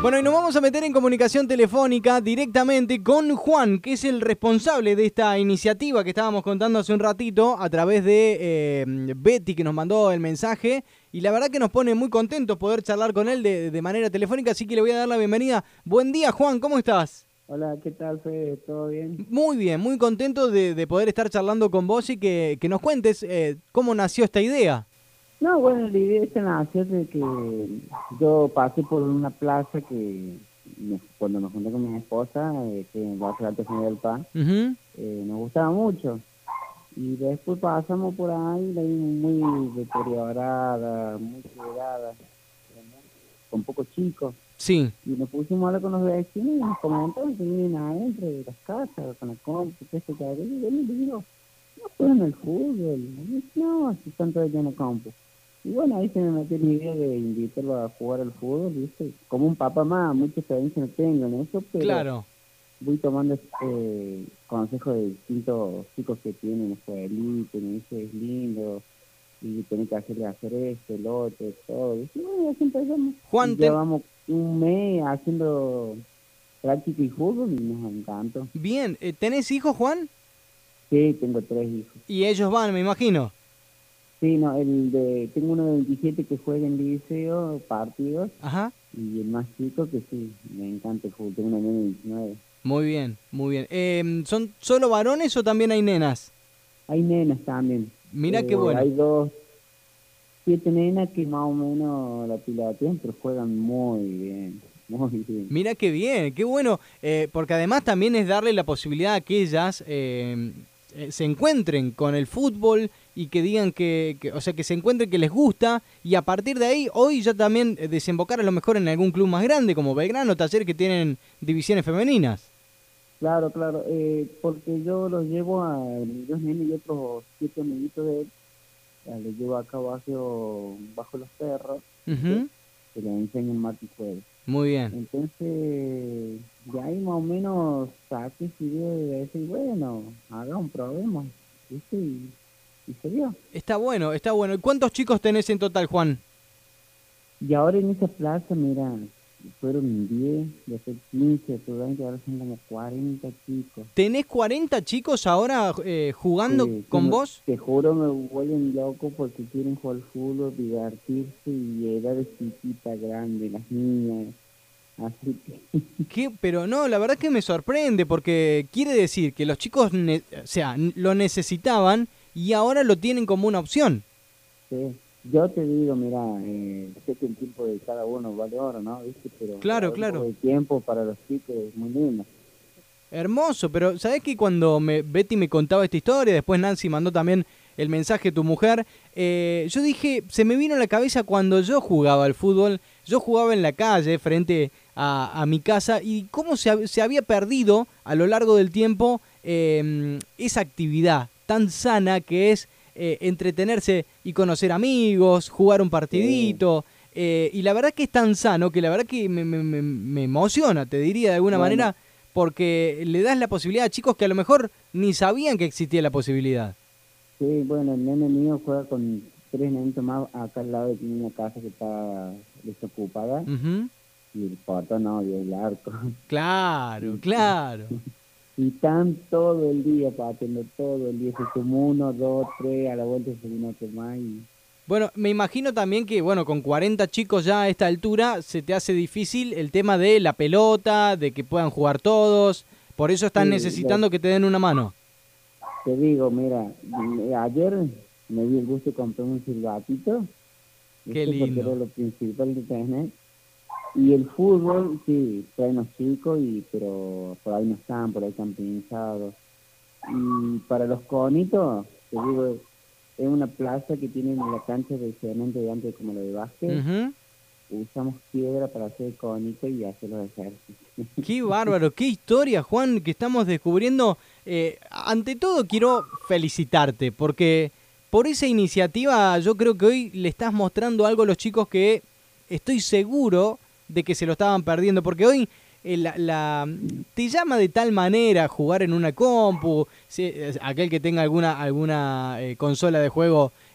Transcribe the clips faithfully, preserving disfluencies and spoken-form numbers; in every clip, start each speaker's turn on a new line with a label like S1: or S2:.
S1: Bueno, y nos vamos a meter en comunicación telefónica directamente con Juan, que es el responsable de esta iniciativa que estábamos contando hace un ratito a través de eh, Betty, que nos mandó el mensaje. Y la verdad que nos pone muy contentos poder charlar con él de, de manera telefónica, así que le voy a dar la bienvenida. Buen día, Juan, ¿cómo estás?
S2: Hola, ¿qué tal, Fede? ¿Todo bien?
S1: Muy bien, muy contento de, de poder estar charlando con vos y que, que nos cuentes eh, cómo nació esta idea.
S2: No, bueno, la idea esta nació de que yo pasé por una plaza que me- cuando me junté con mi esposa, eh, que en Barrio Alto General Paz,
S1: Ujú.
S2: eh, nos gustaba mucho. Y después pasamos por ahí, la vimos muy deteriorada, muy quebrada, con pocos chicos.
S1: Sí,
S2: Y nos pusimos a hablar con los vecinos y nos comentaron que viven adentro de las casas, con la compu, que esto, que aquello. Y yo les digo, no juegan al fútbol. Y dice, no, si están todos llenos de compu. Y bueno, ahí se me metió la idea de invitarlo a jugar al fútbol, ¿viste? Como un papá más, mucha experiencia no tengo en eso, pero
S1: claro.
S2: voy tomando eh, consejos de distintos chicos que tienen escuelita, y me dice, es lindo, y tenés que hacerle hacer esto, el otro, todo. Y bueno, así empezamos.
S1: Juan,
S2: Y
S1: ten-
S2: llevamos un mes haciendo práctica y fútbol y nos encantó.
S1: bien, eh, ¿tenés hijos, Juan?
S2: Sí, tengo tres hijos.
S1: Y ellos van, me imagino.
S2: Sí, no, el de, tengo uno de veintisiete que juega en liceo, partidos,
S1: Ajá.
S2: y el más chico que sí, me encanta el fútbol, tengo una nena de veintinueve.
S1: Muy bien, muy bien. Eh, ¿son solo varones o también hay nenas?
S2: Hay nenas también.
S1: Mirá qué
S2: Eh,
S1: bueno.
S2: hay dos, siete nenas que más o menos la pilotean, pero juegan muy bien, muy bien.
S1: Mirá qué bien, qué bueno. Eh, porque además también es darle la posibilidad a que ellas eh, eh, se encuentren con el fútbol y que digan que, que- o sea, que se encuentren que les gusta y a partir de ahí, hoy ya también eh, desembocar a lo mejor en algún club más grande como Belgrano, Talleres que tienen divisiones femeninas.
S2: Claro, claro, eh, porque yo los llevo a mis dos nenes y otros siete amiguitos de él, eh, los llevo acá abajo, bajo los perros, ¿viste?
S1: Ujú.
S2: Que les enseñan martes y jueves.
S1: Muy bien.
S2: Entonces, de ahí más o menos saqué esa idea de decir, bueno, haga un problema, ¿viste? Y, y se dio.
S1: Está bueno, está bueno. ¿Y cuántos chicos tenés en total, Juan?
S2: Y ahora en esa plaza, mira, fueron diez, después quince, después veinte, ahora son como cuarenta chicos.
S1: ¿Tenés cuarenta chicos ahora eh, jugando
S2: Que, que
S1: con
S2: me-
S1: vos?
S2: te juro me vuelven loco porque quieren jugar al fútbol, divertirse y edades chiquitas, grandes, las niñas. Así que,
S1: ¿Qué? Pero no, la verdad que me sorprende porque quiere decir que los chicos, ne- o sea, n- lo necesitaban y ahora lo tienen como una opción.
S2: sí. Yo te digo, mira, eh, sé que el tiempo de cada uno vale oro, ¿no? ¿Viste? Pero
S1: Claro,
S2: un poco
S1: claro.
S2: de tiempo para los chicos es muy lindo.
S1: Hermoso, pero ¿sabés que cuando me, Betty me contaba esta historia, después Nancy mandó también el mensaje tu mujer, eh, yo dije, se me vino a la cabeza cuando yo jugaba al fútbol, yo jugaba en la calle frente a, a mi casa y cómo se, hab- se había perdido a lo largo del tiempo eh, esa actividad tan sana que es eh, entretenerse y conocer amigos, jugar un
S2: Sí,
S1: partidito. Eh, y la verdad que es tan sano que la verdad que me, me- me- me emociona, te diría de alguna
S2: bueno,
S1: manera, porque le das la posibilidad a chicos que a lo mejor ni sabían que existía la posibilidad.
S2: sí, bueno, el nene mío juega con tres nenitos más acá al lado de una casa que está desocupada
S1: Ujú.
S2: y el portón no, y el arco.
S1: Claro,
S2: Y,
S1: claro.
S2: y están todo el día pateando, todo el día. Se sumó uno, dos, tres, a la vuelta se vino otro más. Y,
S1: Bueno, me imagino también que, bueno, con cuarenta chicos ya a esta altura se te hace difícil el tema de la pelota, de que puedan jugar todos. Por eso están
S2: sí, lo-
S1: necesitando que te den una mano.
S2: te digo, mira, eh, ayer me di el gusto de comprar un silbatito,
S1: Qué
S2: ¿viste? Porque era
S1: lindo.
S2: lo principal de tener. Y el fútbol, sí, traen los chicos, y, pero por ahí no están, por ahí están pinchados. Y para los conitos, te digo, es una plaza que tiene la cancha de cemento de antes como la de básquet.
S1: Ujú.
S2: Usamos piedra para hacer conito y hacer los ejercicios.
S1: Qué bárbaro, qué historia, Juan, que estamos descubriendo. Eh, ante todo quiero felicitarte, porque por esa iniciativa yo creo que hoy le estás mostrando algo a los chicos que estoy seguro de que se lo estaban perdiendo, porque hoy eh, la, la- te llama de tal manera jugar en una compu, si- eh, aquel que tenga alguna, alguna eh, consola de juego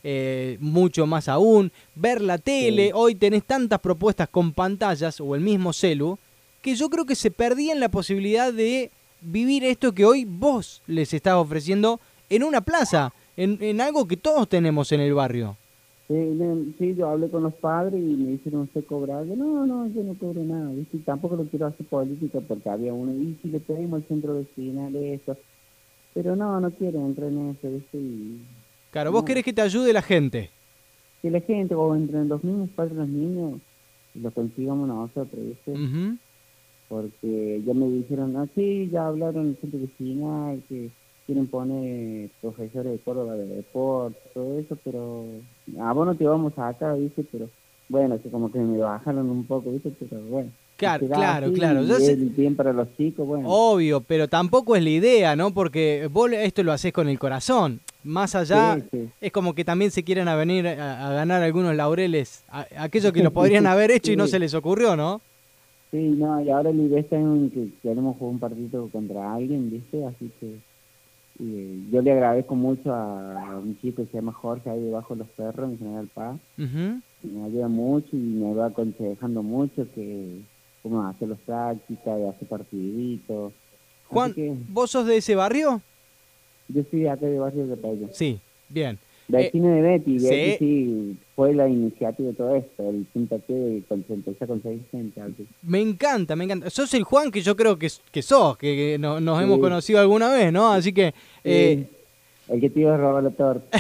S1: eh, mucho más aún, ver la tele, sí. Hoy tenés tantas propuestas con pantallas o el mismo celu, que yo creo que se perdían la posibilidad de vivir esto que hoy vos les estás ofreciendo en una plaza, en, en algo que todos tenemos en el barrio.
S2: Sí, sí, yo hablé con los padres y me dijeron, ¿usted cobra algo? No, no, yo no cobro nada, ¿viste? Y tampoco lo quiero hacer política porque había uno, y si le pedimos al centro vecinal eso, pero no, no quiero entrar en eso, ¿viste? Y,
S1: claro, vos
S2: no.
S1: querés que te ayude la gente.
S2: Que la gente, o entre los mismos padres de los niños, lo consigamos nosotros, ¿viste?
S1: Uh-huh.
S2: Porque ya me dijeron, ah, sí, ya hablaron en el centro vecinal, que quieren poner profesores de Córdoba de deporte, todo eso, pero a vos no te vamos a acá, ¿viste? Pero bueno, que como que me bajaron un poco, ¿viste? Pero bueno.
S1: Claro, claro, claro.
S2: Y es bien para los chicos, bueno.
S1: Obvio, pero tampoco es la idea, ¿no? Porque vos esto lo hacés con el corazón. Más allá, sí, sí. Es como que también se quieren a venir a, a ganar algunos laureles, a, aquellos que lo podrían haber hecho sí. Y no se les ocurrió, ¿no?
S2: Sí, no, y ahora la idea está en que queremos jugar un partido contra alguien, ¿viste? Así que y yo le agradezco mucho a un chico que se llama Jorge, ahí debajo de los perros, en General Paz. Uh-huh. Me ayuda mucho y me va aconsejando mucho que cómo hacer las prácticas, de hacer partiditos.
S1: Juan, que, ¿vos sos de ese barrio?
S2: Yo soy de acá de barrio de Pello.
S1: Sí, bien.
S2: Vecino eh, de Betty,
S1: sí.
S2: Betty sí fue la iniciativa de todo esto, el puntapié de empezar a conseguir gente. Así.
S1: Me encanta, me encanta. Sos el Juan que yo creo que, que sos, que, que no, nos sí. hemos conocido alguna vez, ¿no? Así que...
S2: Sí.
S1: Eh...
S2: El que te iba a robar la torta.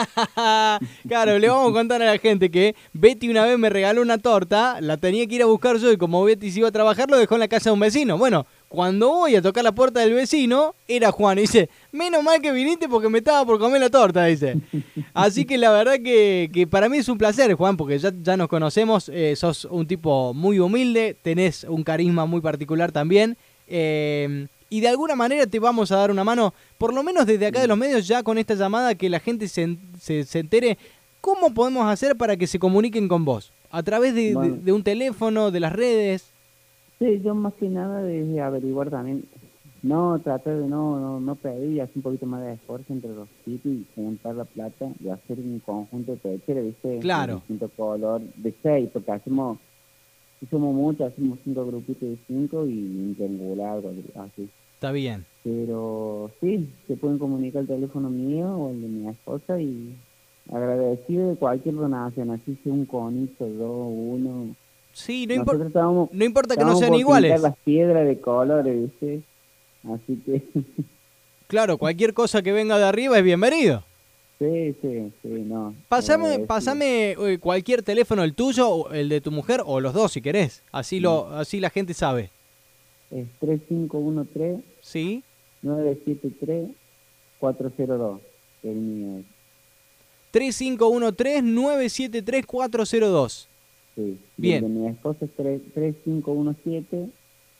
S1: Claro, le vamos a contar a la gente que Betty una vez me regaló una torta, la tenía que ir a buscar yo y como Betty se iba a trabajar lo dejó en la casa de un vecino. Bueno, cuando voy a tocar la puerta del vecino, era Juan. Y dice, menos mal que viniste porque me estaba por comer la torta, dice. Así que la verdad que, que para mí es un placer, Juan, porque ya, ya nos conocemos, eh, sos un tipo muy humilde, tenés un carisma muy particular también. Eh, y de alguna manera te vamos a dar una mano, por lo menos desde acá de los medios, ya con esta llamada, que la gente se, se, se entere cómo podemos hacer para que se comuniquen con vos. A través de, bueno. de, de un teléfono, de las redes.
S2: Sí, yo más que nada de averiguar también, no tratar de no, no, no pedir, hacer un poquito más de esfuerzo entre los sitios y juntar la plata y hacer un conjunto de pecheras, ¿viste?
S1: Claro.
S2: De distinto color, de seis, porque hacemos, somos muchos, hacemos cinco grupitos de cinco y un triangular, así.
S1: Está bien.
S2: Pero sí, se pueden comunicar el teléfono mío o el de mi esposa y agradecido de cualquier donación, así sea un conito, dos, uno.
S1: Sí, no, impor estábamos, no importa que no sean iguales.
S2: Las piedras de colores, ¿viste? Así que...
S1: Claro, cualquier cosa que venga de arriba es bienvenido.
S2: Sí, sí, sí, no.
S1: Pasame, eh, pasame sí. cualquier teléfono, el tuyo, el de tu mujer, o los dos si querés. Así, lo, así la gente sabe.
S2: Es tres cinco uno tres,
S1: ¿sí?
S2: nueve siete tres, cuatro cero dos. El mío es.
S1: tres cinco uno tres, nueve siete tres, cuatro cero dos.
S2: Sí.
S1: Bien.
S2: El de mi esposa es tres cinco uno siete,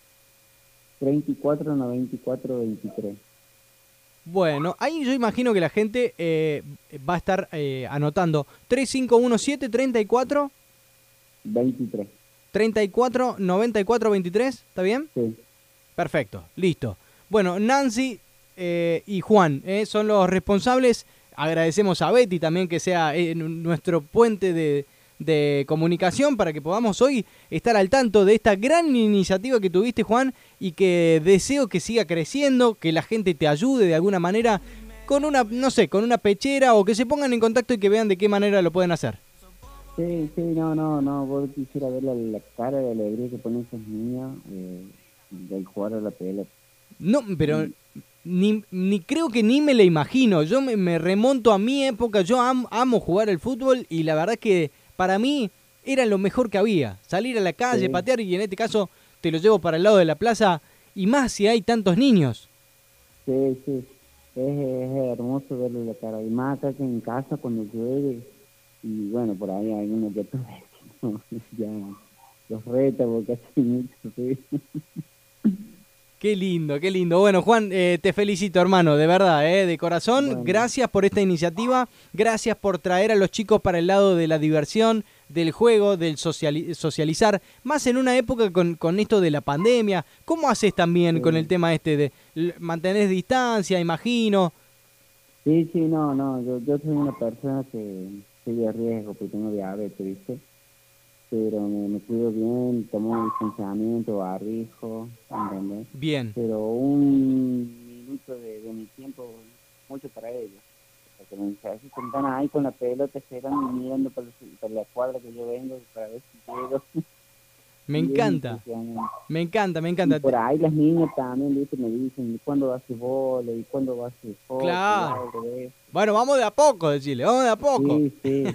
S2: tres cuatro nueve cuatro dos tres.
S1: Bueno, ahí yo imagino que la gente eh, va a estar eh, anotando. tres cinco uno siete, treinta y cuatro...
S2: veintitrés.
S1: treinta y cuatro, noventa y cuatro, veintitrés, ¿está bien?
S2: Sí.
S1: Perfecto, listo. Bueno, Nancy eh, y Juan eh, son los responsables. Agradecemos a Betty también que sea eh, nuestro puente de, de comunicación para que podamos hoy estar al tanto de esta gran iniciativa que tuviste, Juan, y que deseo que siga creciendo, que la gente te ayude de alguna manera con una, no sé, con una pechera o que se pongan en contacto y que vean de qué manera lo pueden hacer.
S2: Sí, sí, no, no, no, vos quisiera ver la, la cara de alegría que ponen esos niños eh, del jugar a la pelota.
S1: No, pero sí. ni, ni creo que ni me la imagino. Yo me, me remonto a mi época, yo am, amo jugar al fútbol y la verdad que para mí era lo mejor que había. Salir a la calle, sí. patear y en este caso te lo llevo para el lado de la plaza y más si hay tantos niños.
S2: Sí, sí, es, es hermoso verle la cara. Y más acá que en casa cuando llueve. Y bueno, por ahí hay unos que ¿no? ya los reta porque hace mucho ruido.
S1: Qué lindo, qué lindo. Bueno, Juan, eh, te felicito, hermano, de verdad, eh, de corazón. Bueno. Gracias por esta iniciativa, gracias por traer a los chicos para el lado de la diversión, del juego, del sociali socializar, más en una época con, con esto de la pandemia. ¿Cómo haces también sí. con el tema este de mantener distancia, imagino?
S2: Sí, sí, no, no, yo, yo soy una persona que soy de riesgo porque tengo diabetes, ¿viste? Pero me, me cuido bien, tomo distanciamiento, barbijo, ¿entendés?
S1: Bien.
S2: Pero un minuto de, de mi tiempo, mucho para ellos. Porque me se sentan ahí con la pelota, esperando y mirando por, por la cuadra que yo vengo para ver si llego.
S1: Me
S2: Y es
S1: encanta.
S2: impresionante.
S1: Me encanta, me
S2: Y
S1: encanta.
S2: por ahí las niñas también, ¿viste? Me dicen, ¿y cuándo vas a hacer vole? ¿Y cuándo vas a hacer hockey?
S1: Claro.
S2: Algo de eso.
S1: Bueno, vamos de a poco, decirle, vamos de a poco.
S2: Sí, sí.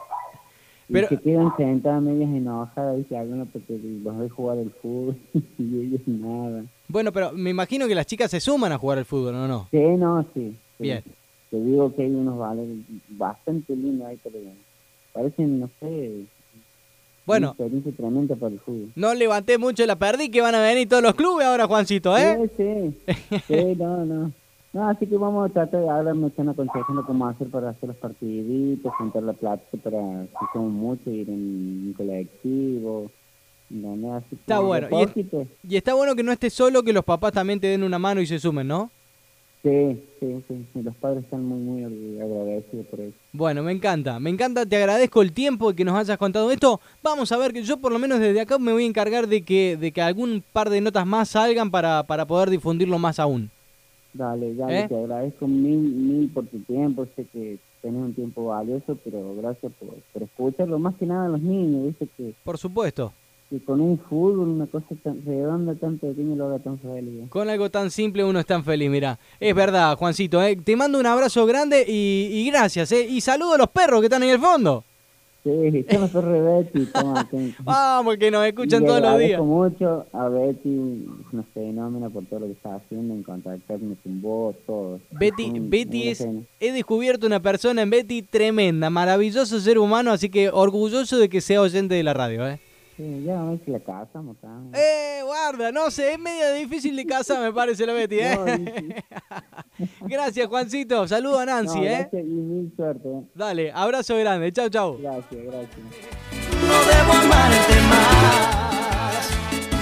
S2: Y
S1: Pero,
S2: se quedan sentadas medias enojadas, dice alguna porque los ve jugar el fútbol y ellos nada.
S1: bueno, pero me imagino que las chicas se suman a jugar al fútbol, ¿no? no?
S2: Sí, no, sí. sí.
S1: Bien.
S2: Te digo que hay unos valores bastante lindos ahí, pero parecen, no sé,
S1: Bueno,
S2: una experiencia tremenda para el fútbol.
S1: no levanté mucho la perdí, que van a venir todos los clubes ahora, Juancito, ¿eh?
S2: Sí, sí. Sí, no, no. No, así que vamos a tratar de hablar, me están aconsejando cómo hacer para hacer los partiditos, juntar la plata para, si somos muchos, ir en un colectivo. No, así que
S1: Está bueno.
S2: de
S1: Y, es-
S2: poquito.
S1: y está bueno que no estés solo, que los papás también te den una mano y se sumen, ¿no?
S2: Sí, sí, sí, sí, los padres están muy, muy agradecidos por eso.
S1: Bueno, me encanta, me encanta, te agradezco el tiempo que nos hayas contado esto. Vamos a ver que yo por lo menos desde acá me voy a encargar de que, de que algún par de notas más salgan para, para poder difundirlo más aún.
S2: Dale, dale,
S1: ¿Eh?
S2: te agradezco mil, mil por tu tiempo, sé que tenés un tiempo valioso, pero gracias por, por escucharlo, más que nada a los niños, viste que,
S1: Por supuesto,
S2: que con un fútbol, una cosa tan redonda, tan pequeña, lo haga tan feliz.
S1: con algo tan simple uno es tan feliz, mirá. Es verdad, Juancito, ¿eh? Te mando un abrazo grande y, y gracias, ¿eh? Y saludo a los perros que están ahí al fondo.
S2: Sí, yo me soy re Betty, toma, ten-
S1: Vamos, que nos escuchan
S2: le
S1: todos los días.
S2: agradezco mucho a Betty, una fenómena por todo lo que está haciendo, en contactarme con vos, todo.
S1: Betty,
S2: Un-
S1: Betty
S2: una
S1: es,
S2: pena.
S1: he descubierto una persona en Betty tremenda, maravilloso ser humano, así que orgulloso de que sea oyente de la radio, ¿eh?
S2: Sí, ya a ver si la casamos, ¿sabes?
S1: Eh, guarda, no sé, es medio difícil de casa, me parece la Betty, ¿eh?
S2: No, sí.
S1: Gracias, Juancito, saludo a Nancy,
S2: No,
S1: ¿eh?
S2: gracias y mil suerte. ¿eh?
S1: Dale, abrazo grande, chau, chau.
S2: Gracias, gracias.
S3: No debo amar